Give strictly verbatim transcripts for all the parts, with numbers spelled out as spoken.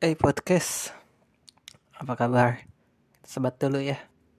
Eh podcast, apa kabar? Sebat dulu ya.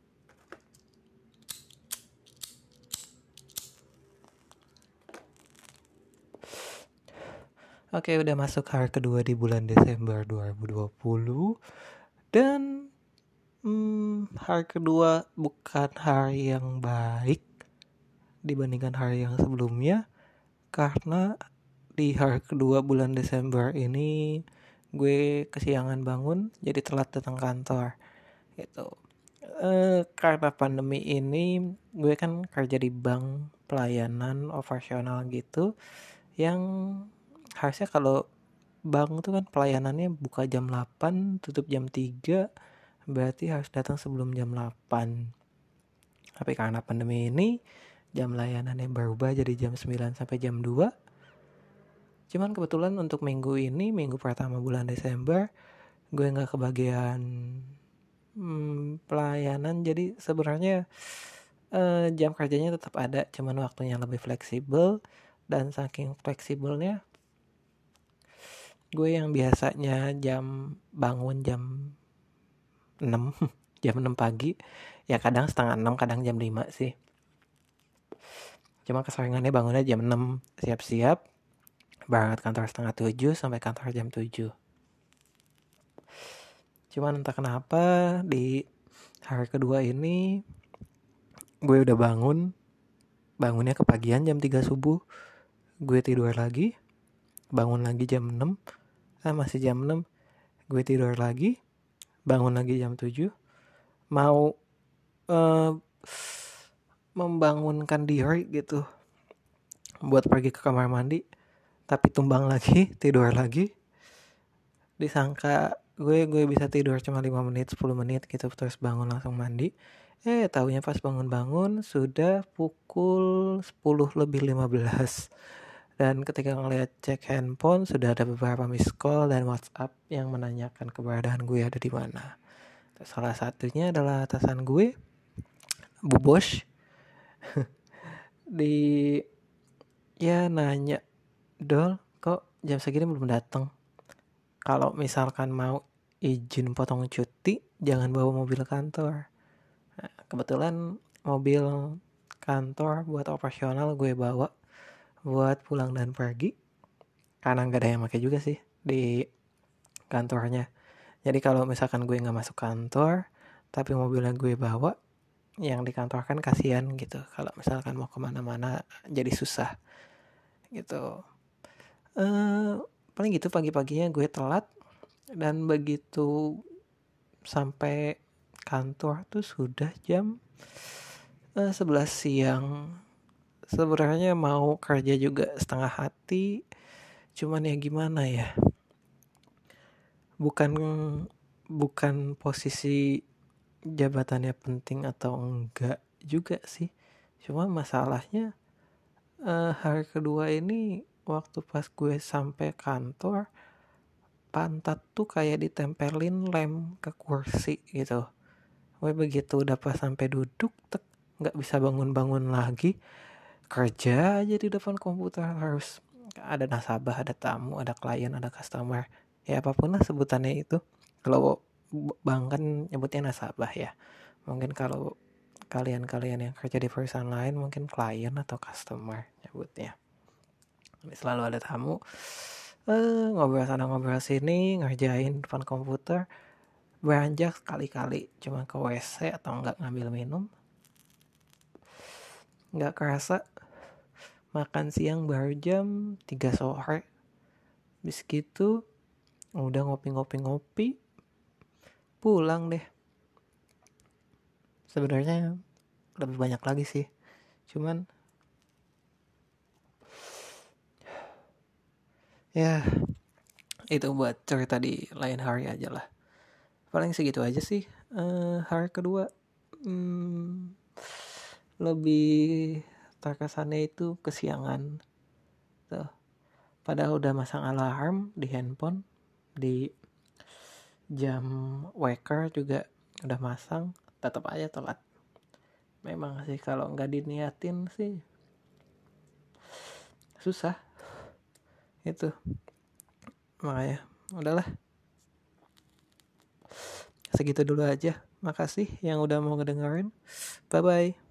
Oke, udah masuk hari kedua di bulan Desember dua ribu dua puluh. Dan hmm, hari kedua bukan hari yang baik dibandingkan hari yang sebelumnya. Karena di hari kedua bulan Desember ini gue kesiangan bangun, jadi telat datang kantor gitu. Eh, karena pandemi ini gue kan kerja di bank pelayanan operasional gitu, yang harusnya kalau bank itu kan pelayanannya buka jam delapan, tutup jam tiga, berarti harus datang sebelum jam delapan. Tapi karena pandemi ini jam layanannya berubah jadi jam sembilan sampai jam dua. Cuman kebetulan untuk minggu ini, minggu pertama bulan Desember, gue gak kebagian hmm, pelayanan. Jadi sebenarnya eh, jam kerjanya tetap ada, cuman waktunya lebih fleksibel. Dan saking fleksibelnya, gue yang biasanya jam bangun jam enam, jam enam pagi, ya kadang setengah enam, kadang jam lima sih. Cuma keseringannya bangunnya jam enam, siap-siap, berangkat kantor setengah tujuh sampai kantor jam tujuh. Cuman entah kenapa di hari kedua ini gue udah bangun, bangunnya kepagian jam tiga subuh, gue tidur lagi, bangun lagi jam enam, ah masih jam enam, gue tidur lagi, bangun lagi jam tujuh, mau uh, membangunkan diri gitu buat pergi ke kamar mandi, tapi tumbang lagi, tidur lagi. Disangka gue gue bisa tidur cuma lima menit, sepuluh menit gitu, terus bangun langsung mandi. Eh taunya pas bangun-bangun sudah pukul sepuluh lebih lima belas. Dan ketika ngeliat cek handphone, sudah ada beberapa miss call dan WhatsApp yang menanyakan keberadaan gue ada di mana. Salah satunya adalah atasan gue, Bu Bos, di ya nanya, Dol, kok jam segini belum datang? Kalau misalkan mau izin potong cuti, jangan bawa mobil kantor. Nah, kebetulan mobil kantor buat operasional gue bawa buat pulang dan pergi, karena nggak ada yang pakai juga sih di kantornya. Jadi kalau misalkan gue nggak masuk kantor, tapi mobilnya gue bawa, yang di kantor kan kasihan gitu. Kalau misalkan mau kemana-mana jadi susah gitu. Uh, paling gitu pagi-paginya gue telat, dan begitu sampai kantor tuh sudah jam uh, sebelas siang. Sebenarnya mau kerja juga setengah hati, cuman ya gimana ya, bukan bukan posisi jabatannya penting atau enggak juga sih. Cuma masalahnya uh, hari kedua ini waktu pas gue sampai kantor, pantat tuh kayak ditempelin lem ke kursi gitu. Gue begitu udah pas sampai duduk, tek, nggak bisa bangun-bangun lagi. Kerja aja di depan komputer, harus ada nasabah, ada tamu, ada klien, ada customer. Ya apapun lah sebutannya itu. Kalau bank kan nyebutnya nasabah ya. Mungkin kalau kalian-kalian yang kerja di perusahaan lain mungkin klien atau customer nyebutnya. Selalu ada tamu, eh, ngobrol sana ngobrol sini, ngerjain depan komputer, beranjak sekali-kali cuma ke W C atau enggak ngambil minum. Nggak kerasa makan siang baru jam tiga sore. Bis gitu udah ngopi-ngopi-ngopi, pulang deh. Sebenarnya lebih banyak lagi sih, cuman ya itu buat cerita di lain hari aja lah. Paling segitu aja sih. Uh, hari kedua hmm, lebih terkesannya itu kesiangan tuh. Padahal udah masang alarm di handphone, di jam waker juga udah masang, tetap aja telat. Memang sih kalau nggak diniatin sih susah itu. Makanya udahlah, segitu dulu aja. Makasih yang udah mau ngedengerin. Bye bye.